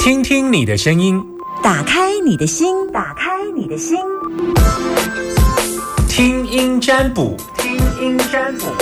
听听你的声音， 打开你的心，打开你的心， 听音占卜，听音占卜。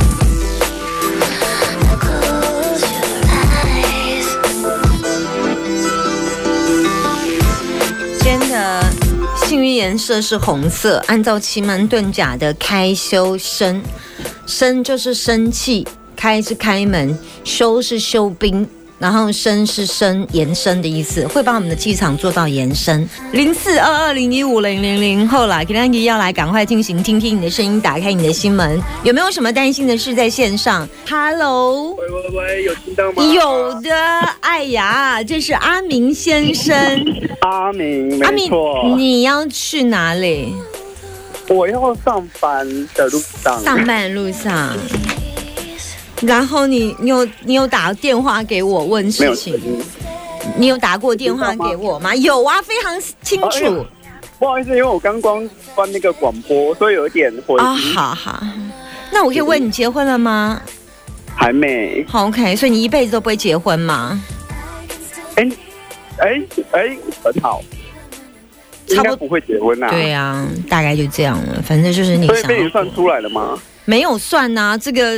今天的幸运颜色是红色，按照奇门遁甲的开修生，生就是生气，开是开门，修是修兵，然后伸是伸延伸的意思，会把我们的气场做到延伸。0422015000后来，给大家要来赶快进行听听你的声音，打开你的心门。有没有什么担心的事在线上 ？Hello， 喂，有听到吗？ 有的。哎呀，这是阿明先生。 阿明， 阿明没错。 你要去哪里？ 我要上班的路上。 上班的路上。然后你有打电话给我问事情？你有打过电话给我吗？有啊，非常清楚。 不好意思，因为我刚关那个广播，所以有一点回音。 好，那我可以问你结婚了吗？ 还没。 好 ，OK， 所以你一辈子都不会结婚吗？ 很好。应该不会结婚啊。 对啊，大概就这样了。反正就是你想。 所以被你算出来了吗？ 没有算啊，这个。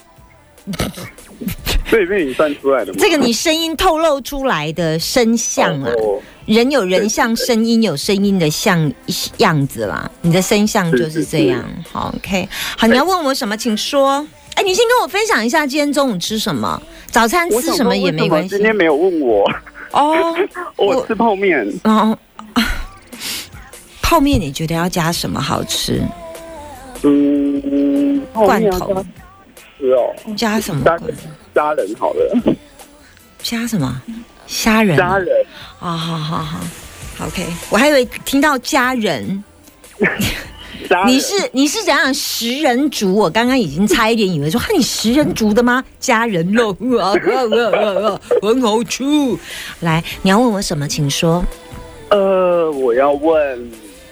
所以被你算出来的吗？ 这个你声音透露出来的声相啊，人有人相，声音有声音的样子啦。你的声相就是这样。好 ，OK， 好，你要问我什么，请说。哎，你先跟我分享一下今天中午吃什么，早餐吃什么也没关系。 今天没有问我哦，我吃泡面。 泡面你觉得要加什么好吃？罐头。加什么？ 虾仁好了。 加什么？虾仁。 虾仁。 好 ，OK。我还以为听到家人。你是怎样食人族？我刚刚已经差一点以为说，你食人族的吗？家人肉很好吃。来，你要问我什么？请说。 我要问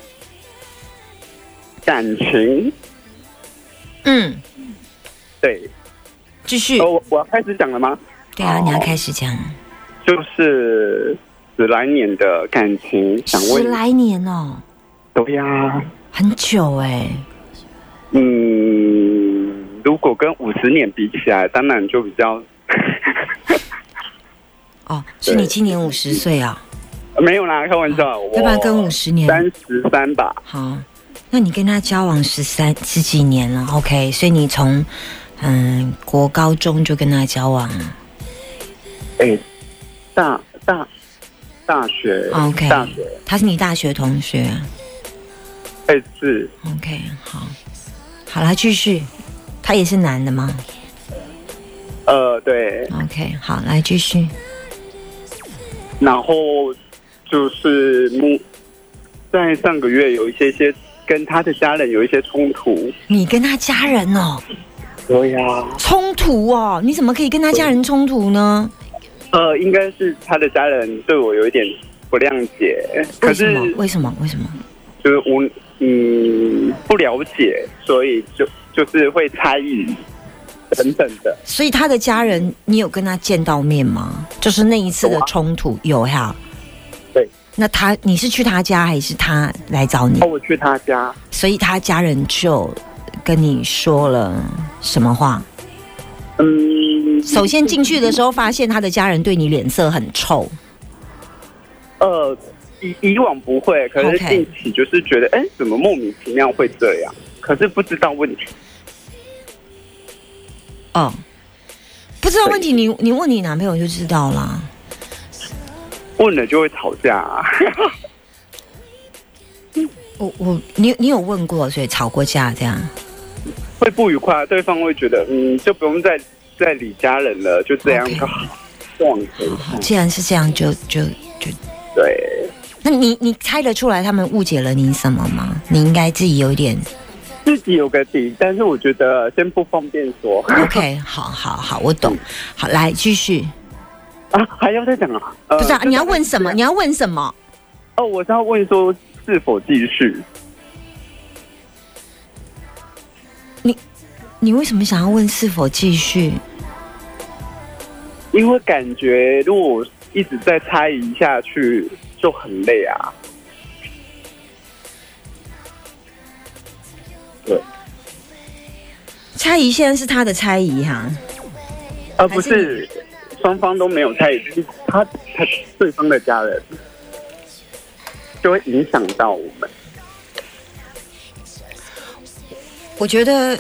感情。对， 继续。 我要开始讲了吗？ 对啊，你要开始讲。 就是10来年的感情，想问 10来年哦。 对呀， 很久哎。 如果跟50年比起来，当然就比较。 是你今年50岁啊？ 没有啦，开玩笑。 要不然跟50年 33吧。 好，那你跟他交往十几年了 ，OK？ 所以你从国高中就跟他交往了。 大学 ，OK？ 大学， 他是你大学同学。 是 ，OK？ 好了，继续。他也是男的吗？ 对。 OK， 好，来继续。 然后就是在上个月有一些跟他的家人有一些冲突。 你跟他家人哦？ 对呀。 冲突哦？你怎么可以跟他家人冲突呢？ 应该是他的家人对我有一点不谅解。 为什么？为什么？ 就是不了解，所以就是会猜疑等等的。 所以他的家人，你有跟他见到面吗？就是那一次的冲突有哈？ 对。 那你是去他家还是他来找你？ 我去他家。 所以他家人就跟你说了什么话？首先进去的时候，发现他的家人对你脸色很臭。 以往不会，可是近期就是觉得，怎么莫名其妙会这样？可是不知道问题。 不知道问题，你问你男朋友就知道啦。 问了就会吵架啊。 你有问过，所以吵过架这样？ 会不愉快，对方会觉得，就不用再理家人了，就这样就好。 既然是这样，就对。 那你猜得出来他们误解了你什么吗？你应该自己有个底，但是我觉得先不方便说。 OK， 好，我懂。好，来继续。 还要再讲啊？ 不是啊，你要问什么？你要问什么？ 我是要问说是否继续。 你为什么想要问是否继续？ 因为感觉如果我一直在猜疑下去就很累啊。对， 猜疑现在是他的猜疑哈， 不是双方都没有猜疑，就是他对方的家人就会影响到我们。 我觉得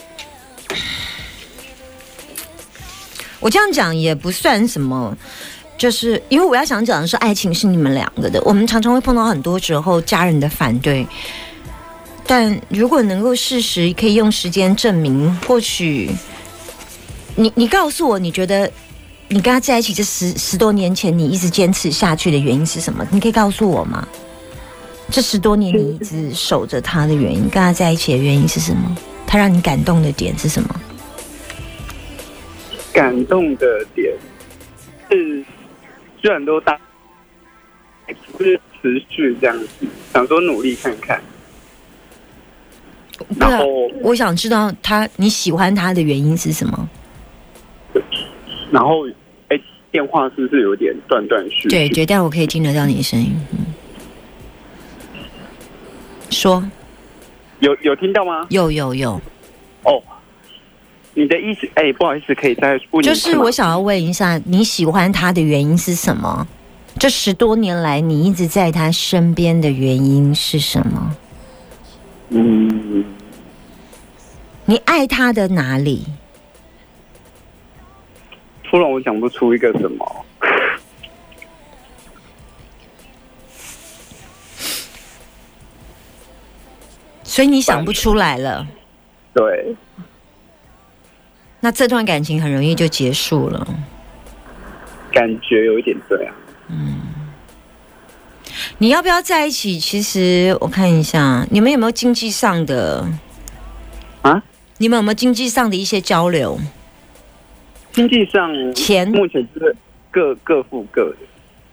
我这样讲也不算什么，就是因为我要想讲的是，爱情是你们两个的。我们常常会碰到很多时候家人的反对，但如果能够事实可以用时间证明，或许你告诉我，你觉得你跟他在一起这十多年前，你一直坚持下去的原因是什么？你可以告诉我吗？这10多年你一直守着他的原因，跟他在一起的原因是什么？他让你感动的点是什么？ 感动的点是，虽然都大，就是持续这样子，想说努力看看。然后我想知道你喜欢他的原因是什么？ 然后，电话是不是有点断断续续？ 对，但我可以听得到你的声音。说。 有听到吗？ 有。 哦，你的意思，不好意思，可以再问。 就是我想要问一下，你喜欢他的原因是什么？这10多年来，你一直在他身边的原因是什么？你爱他的哪里？ 突然我讲不出一个什么。 所以你想不出来了。 对。 那这段感情很容易就结束了。 感觉有一点这样。 你要不要在一起？其实我看一下，你们有没有经济上的啊？ 你们有没有经济上的一些交流？ 经济上钱目前是各付各的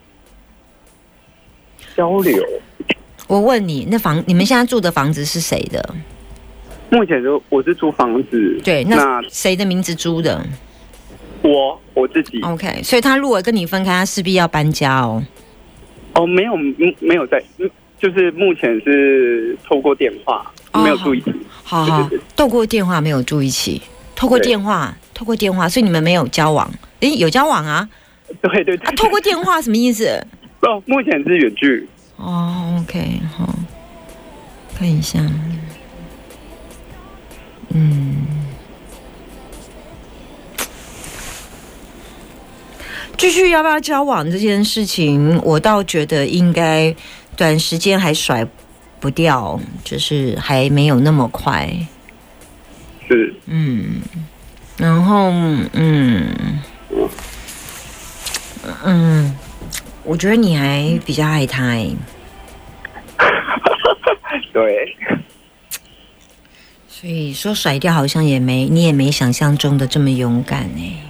交流。 我问你，你们现在住的房子是谁的？ 目前我是租房子。 对，那谁的名字租的？ 我自己。 OK， 所以他如果跟你分开，他势必要搬家哦。 没有在，就是目前是透过电话，没有住一起。 好，透过电话没有住一起，透过电话，所以你们没有交往？有交往啊？ 对。 透过电话什么意思？ 目前是远距。 OK， 好，看一下，继续要不要交往这件事情，我倒觉得应该短时间还甩不掉，就是还没有那么快。 是。 然后我觉得你还比较爱他对。 所以说甩掉好像你也没想象中的这么勇敢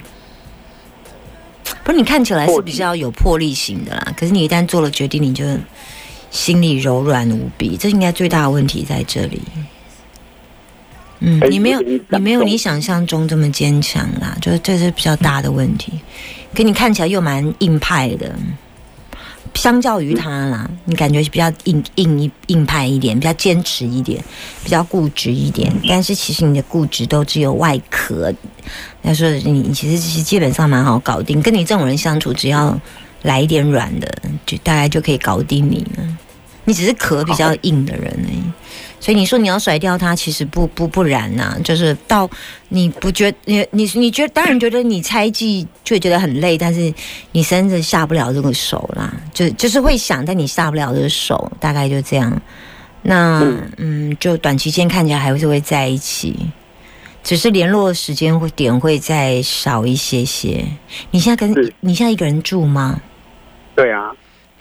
不是，你看起来是比较有魄力型的啦，可是你一旦做了决定，你就心里柔软无比，这应该最大的问题在这里。你没有你想象中这么坚强啦，就这是比较大的问题。可你看起来又蛮硬派的，相较于他啦，你感觉比较硬派一点，比较坚持一点，比较固执一点。但是其实你的固执都只有外壳，他说你其实基本上蛮好搞定。跟你这种人相处，只要来一点软的，就大概就可以搞定你了。你只是壳比较硬的人而已。所以你说你要甩掉他，其实不然呐、就是到你不觉你觉得当然觉得你猜忌就会觉得很累，但是你真的下不了这个手啦，就是会想，但你下不了这个手，大概就这样。那就短期间看起来还是会在一起，只是联络时间会再少一些些。你现在一个人住吗？ 对啊。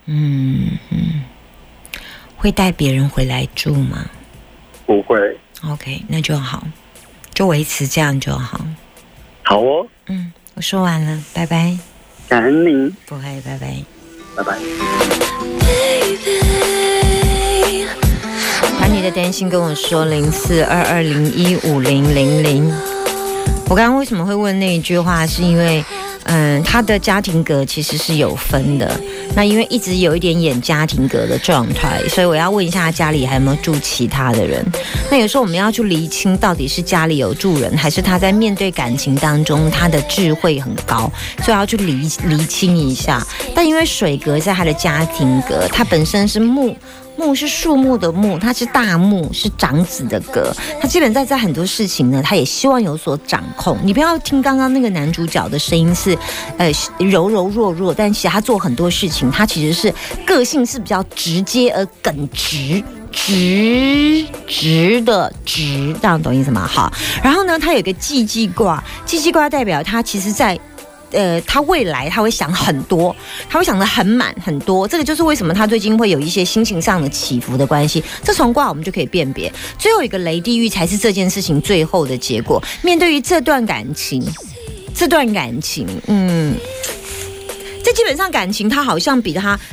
会带别人回来住吗？ 不会。 OK， 那就好，就维持这样就好。 好哦。 我说完了，拜拜。 感恩您。 不会，拜拜。 拜拜。 把你的担心跟我说，0422015000。我刚刚为什么会问那一句话，是因为他的家庭格其实是有分的。那因为一直有一点演家庭格的状态，所以我要问一下他家里还有没有住其他的人。那有时候我们要去厘清到底是家里有住人，还是他在面对感情当中他的智慧很高，所以要去厘清一下。但因为水格在他的家庭格，他本身是木是树木的木，它是大木，是长子的格。他基本在很多事情呢，他也希望有所掌控。你不要听刚刚那个男主角的声音是，柔柔弱弱，但其实他做很多事情，他其实是个性是比较直接而耿直。直的，这样懂意思吗？好，然后呢，他有一个既卦，既卦代表他其实在。他未来他会想很多，他会想得很满很多，这个就是为什么他最近会有一些心情上的起伏的关系。这从卦我们就可以辨别。最后一个雷地狱才是这件事情最后的结果。面对于这段感情，这基本上感情他好像比他，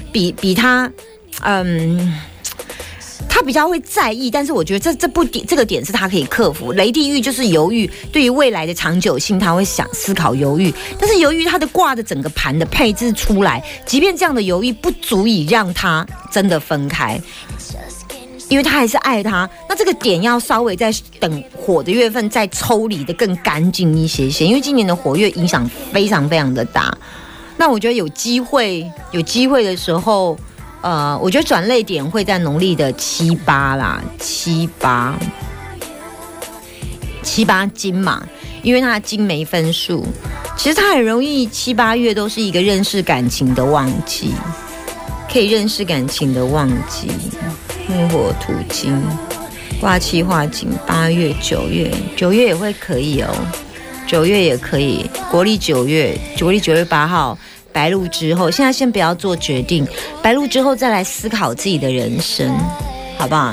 他比较会在意，但是我觉得这个点是他可以克服。雷地狱就是犹豫，对于未来的长久性，他会想思考犹豫。但是由于他的卦的整个盘的配置出来，即便这样的犹豫不足以让他真的分开，因为他还是爱他。那这个点要稍微在等火的月份再抽离的更干净一些，因为今年的火月影响非常非常的大。那我觉得有机会的时候。我觉得转捩点会在农历的7、8啦，7、8金嘛，因为他的金没分数，其实他很容易7、8月都是一个认识感情的旺季，可以认识感情的旺季。木火土金，卦气化金，8月、9月也会可以哦，9月也可以，国历9月8号。白露之后，现在先不要做决定，白露之后再来思考自己的人生，好不好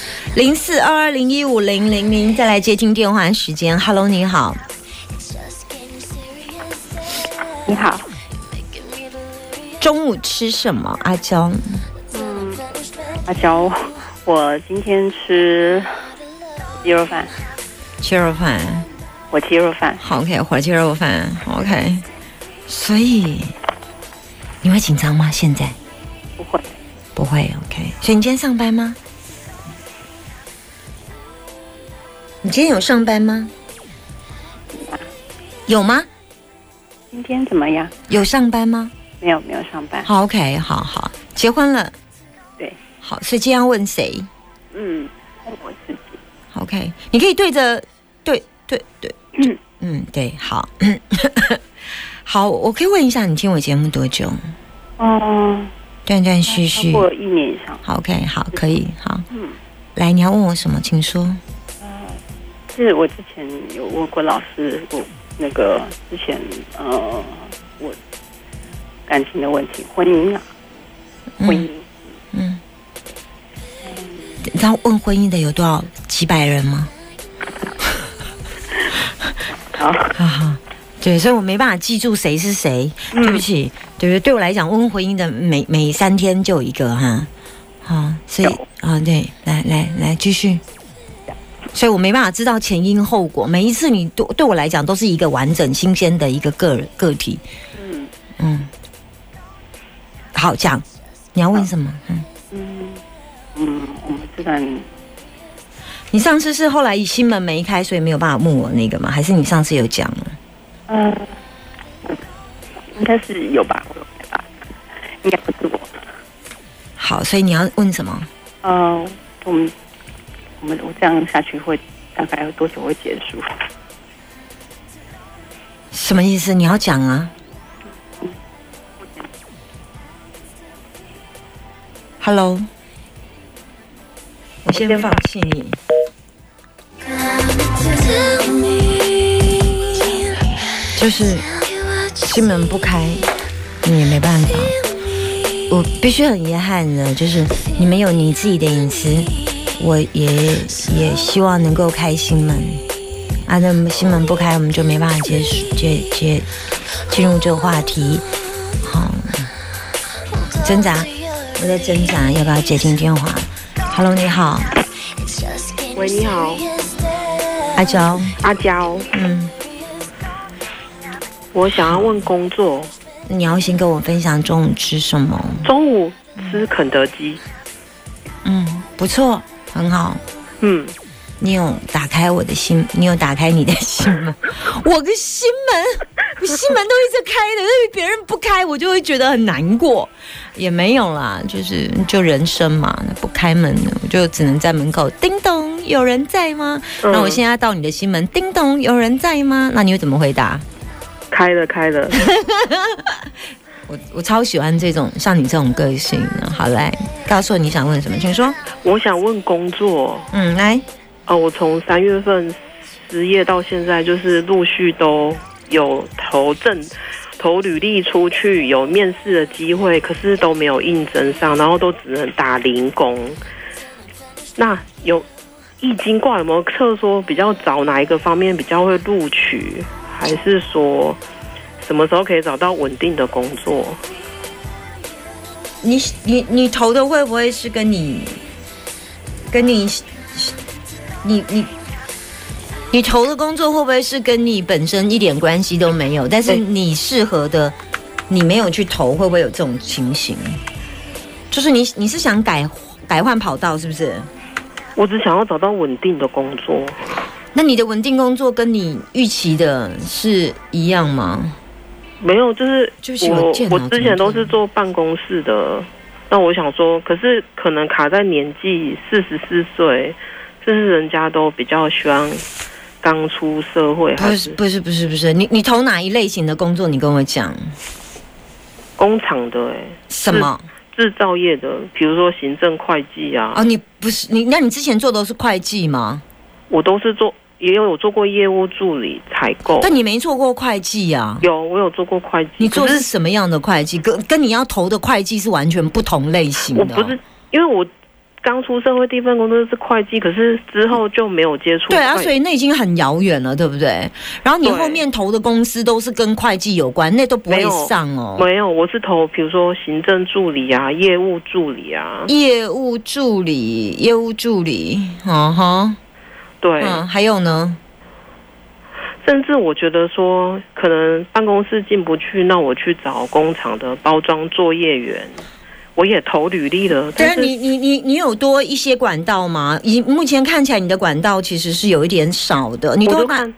？0422015000，再来接听电话时间。Hello， 你好。 你好。 中午吃什么？阿娇。 阿娇，我今天吃鸡肉饭。 鸡肉饭。 火鸡肉饭。 好 ，OK， 火鸡肉饭 ，OK。所以。你会紧张吗？现在不会 OK。 所以你今天上班吗？你今天有上班吗？有吗？ 今天怎么样？ 有上班吗？ 没有上班。 好 OK， 好，结婚了。 对。好， 所以今天要问谁？ 问我自己。 OK， 你可以对着对，好。好，我可以问一下，你听我节目多久？断断续续， 超过1年以上。 好 ，OK， 好，可以，好。来，你要问我什么？请说。 是我之前有问过老师，我那个之前我感情的问题，婚姻。 你知道问婚姻的有多少几百人吗？好。对，所以我没办法记住谁是谁，对不起，对不对？对我来讲，问婚姻的每3天就有一个哈，好，所以对，来继续，所以我没办法知道前因后果，每一次你对我来讲都是一个完整新鲜的一个个体，好，讲，你要问什么？ 我们这段。 你上次是后来心门没开，所以没有办法问我那个吗？还是你上次有讲了？ 应该是有吧，应该不是我。 好，所以你要问什么？ 我这样下去会大概多久会结束？ 什么意思？你要讲啊？Hello， 我先放弃你。就是心门不开，你也没办法。我必须很遗憾的，就是你们有你自己的隐私，我也希望能够开心门啊。那心门不开，我们就没办法进入这个话题。好，挣扎，我在挣扎，要不要接听电话 ？Hello， 你好。 喂，你好。 阿娇。 我想要问工作。 你要先跟我分享中午吃什么？ 中午吃肯德基。 不错，很好。你有打开我的心，你有打开你的心门。我的心门都一直开的，因为别人不开，我就会觉得很难过。也没有啦，就人生嘛，不开门呢，我就只能在门口叮咚，有人在吗？那我现在到你的心门，叮咚，有人在吗？那你会怎么回答？ 开了。 我超喜欢这种像你这种个性的。好，来告诉我你想问什么，请说。 我想问工作。 来。 我从3月份失业到现在，就是陆续都有投履历出去，有面试的机会，可是都没有应征上，然后都只能打零工。那有易经卦有没有测说比较早哪一个方面比较会录取，还是说什么时候可以找到稳定的工作？ 你投的会不会是跟你投的工作会不会是跟你本身一点关系都没有？但是你适合的，你没有去投，会不会有这种情形？就是你是想改换跑道，是不是？ 我只想要找到稳定的工作。 那你的稳定工作跟你预期的是一样吗？ 没有，就是我之前都是做办公室的。那我想说，可是可能卡在年纪44岁。就是人家都比较喜欢刚出社会，还是不是？你投哪一类型的工作？你跟我讲。 工厂的什么？ 制造业的，比如说行政会计啊。 你不是你？那你之前做的都是会计吗？ 我都是也有做过业务助理、采购。 但你没做过会计啊？ 我有做过会计。 你做的是什么样的会计？跟你要投的会计是完全不同类型的。 我不是，因为我刚出社会第一份工作是会计，可是之后就没有接触。 对啊，所以那已经很遥远了，对不对？然后你后面投的公司都是跟会计有关，那都不会上哦。 没有，我是投比如说行政助理啊、业务助理啊。 业务助理，对，还有呢？ 甚至我觉得说，可能办公室进不去，那我去找工厂的包装作业员。我也投履历了。 对啊，你有多一些管道吗？目前看起来你的管道其实是有一点少的。你都看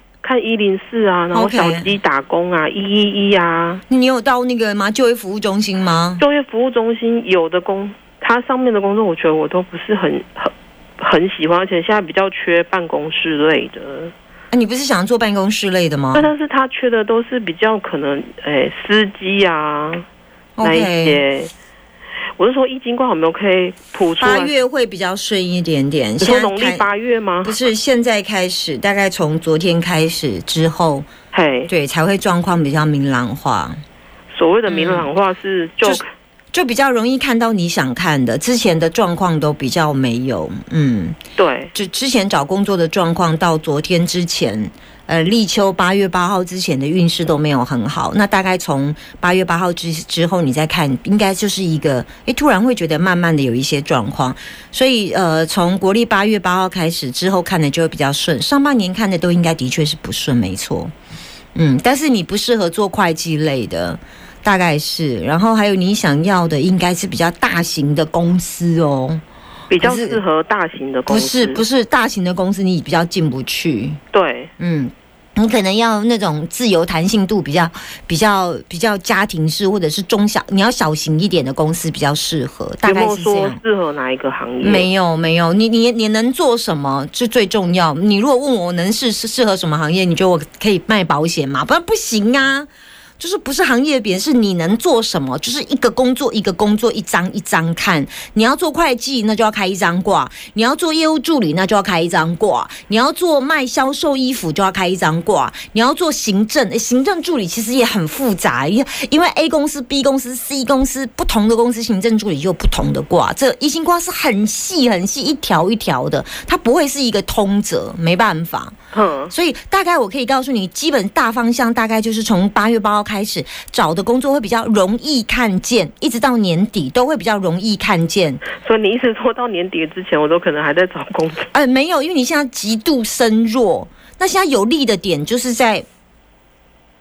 104啊，然后小鸡打工啊，111啊。 你有到那个吗？就业服务中心吗？ 就业服务中心有的它上面的工作，我觉得我都不是很喜欢，而且现在比较缺办公室类的。 你不是想做办公室类的吗？ 但是他缺的都是比较可能司机啊那一些。我是说易经卦有没有可以谱出来？8月会比较顺一点点。 你说农历8月吗？ 不是，现在开始，大概从昨天开始之后，对，才会状况比较明朗化。 所谓的明朗化是就比较容易看到你想看的，之前的状况都比较没有。 对， 就之前找工作的状况到昨天之前。立秋8月8号之前的运势都没有很好，那大概从8月8号之后你再看，应该就是一个突然会觉得慢慢的有一些状况，所以从国历8月8号开始之后看的就会比较顺，上半年看的都应该的确是不顺，没错。但是你不适合做会计类的，大概是，然后还有你想要的应该是比较大型的公司哦。 比较适合大型的公司， 不是大型的公司，你比较进不去。 对， 你可能要那种自由弹性度比较家庭式，或者是中小，你要小型一点的公司比较适合。大概是这样。有没有说适合哪一个行业？ 没有，你能做什么是最重要。你如果问我能适合什么行业，你觉得我可以卖保险吗？不行啊。就是不是行业别，是你能做什么，就是一个工作一张一张看。你要做会计，那就要开一张卦；你要做业务助理，那就要开一张卦；你要做销售衣服，就要开一张卦；你要做行政助理其实也很复杂，因为 A 公司、B 公司、C 公司不同的公司行政助理就有不同的卦。这易经卦是很细一条一条的，它不会是一个通则，没办法。所以大概我可以告诉你，基本大方向大概就是从8月8号开始找的工作会比较容易看见，一直到年底都会比较容易看见。 所以你一直说到年底之前，我都可能还在找工作。 没有，因为你现在极度身弱。那现在有利的点就是在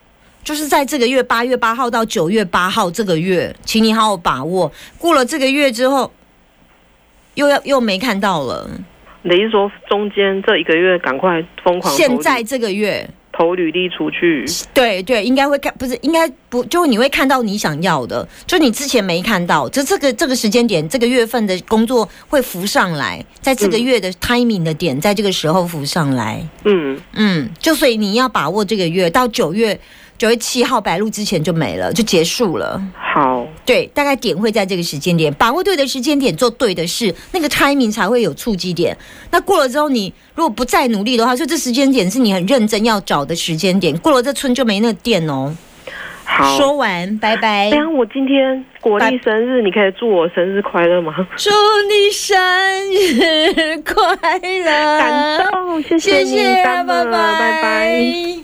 就是在这个月8月8号到9月8号这个月，请你好好把握。过了这个月之后，又没看到了。 你的意思说中间这1个月赶快疯狂？ 现在这个月投履历出去？ 对，应该会看，不是应该不就你会看到你想要的，就你之前没看到，这个时间点，这个月份的工作会浮上来，在这个月的 timing 的点，在这个时候浮上来。就所以你要把握这个月到9月7号白露之前就没了，就结束了。 好， 对，大概点会在这个时间点，把握对的时间点，做对的事，那个 timing 才会有触及点。那过了之后，你如果不再努力的话，所以这时间点是你很认真要找的时间点，过了这村就没那个店哦。 好， 说完，拜拜。 我今天国历生日，你可以祝我生日快乐吗？ 祝你生日快乐！ 感动，谢谢你，拜拜，拜拜。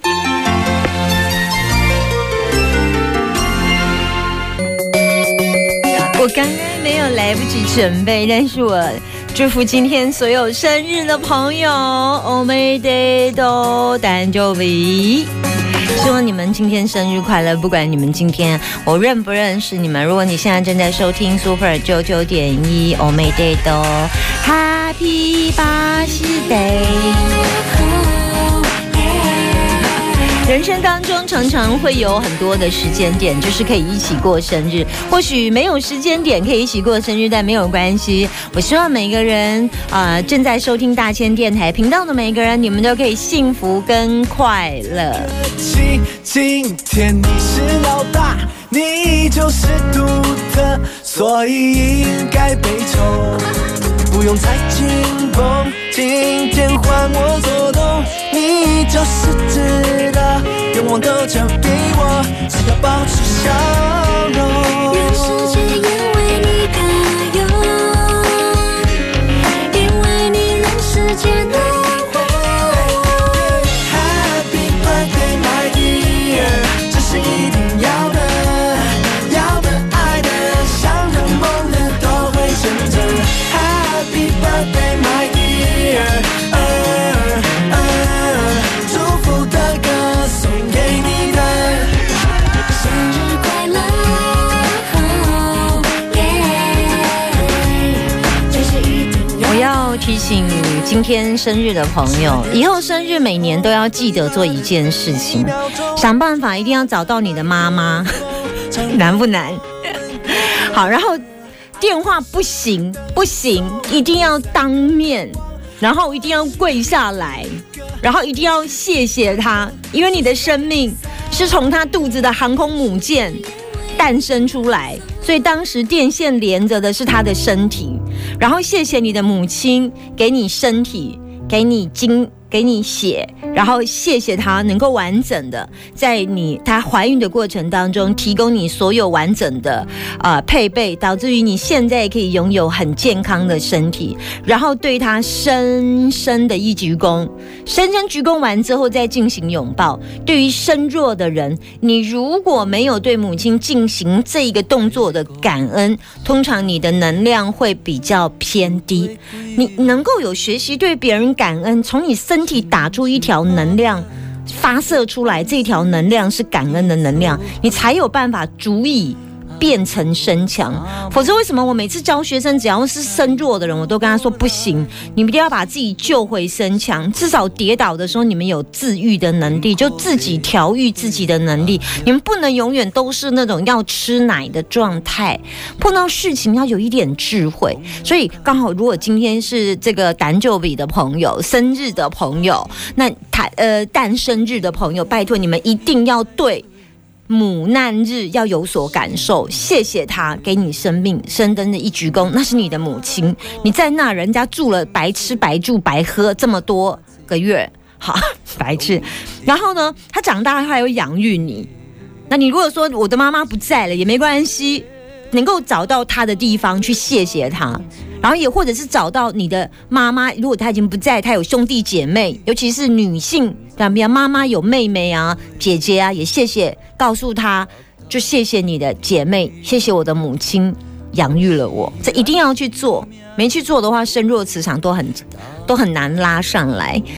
我刚刚没有来不及准备，但是我祝福今天所有生日的朋友，おめでとう誕生日。希望你们今天生日快乐，不管你们今天我认不认识你们，如果你现在正在收听 Super 99.1，おめでとう Happy Birthday。人生当中常常会有很多的时间点，就是可以一起过生日。或许没有时间点可以一起过生日，但没有关系。我希望每个人正在收听大千电台频道的每一个人，你们都可以幸福跟快乐。 今天你是老大，你就是独特，所以应该被宠，不用太紧绷。今天换我做东，你就是值得，愿望都交给我，只要保持笑容。 让世界因为你可有，因为你让世界暖和。 Happy birthday my dear， 这是一定要的，要的爱的，想的梦的都会成真。Happy birthday my dear。祝福的歌送给你的， 生日快乐，这是一定要。 我要提醒今天生日的朋友，以后生日每年都要记得做一件事情，想办法一定要找到你的妈妈，难不难？好，然后电话不行，一定要当面，然后一定要跪下来，然后一定要谢谢他，因为你的生命是从他肚子的航空母舰诞生出来，所以当时电线连着的是他的身体。然后谢谢你的母亲给你身体，给你精，给你血，然后谢谢她能够完整的在她怀孕的过程当中提供你所有完整的配备，导致于你现在可以拥有很健康的身体。然后对她深深的一鞠躬，深深鞠躬完之后再进行拥抱。对于身弱的人，你如果没有对母亲进行这一个动作的感恩，通常你的能量会比较偏低。你能够有学习对别人感恩，从你身体打出一条能量发射出来，这条能量是感恩的能量，你才有办法足以变成身强。否则为什么我每次教学生只要是身弱的人，我都跟他说不行，你们一定要把自己救回身强，至少跌倒的时候你们有自愈的能力，就自己调愈自己的能力。你们不能永远都是那种要吃奶的状态，碰到事情要有一点智慧。所以刚好如果今天是这个誕生日的朋友，生日的朋友，那诞生日的朋友，拜托你们一定要对母难日要有所感受，谢谢他给你生命深深的一鞠躬，那是你的母亲，你在那人家住了白吃白住白喝这么多个月，好白吃，然后呢他长大还有养育你。那你如果说我的妈妈不在了也没关系，能够找到她的地方去谢谢她，然后也或者是找到你的妈妈，如果她已经不在，她有兄弟姐妹，尤其是女性，比如妈妈有妹妹啊、姐姐啊，也谢谢，告诉她就谢谢你的姐妹，谢谢我的母亲养育了我，这一定要去做，没去做的话，身弱磁场都很难拉上来。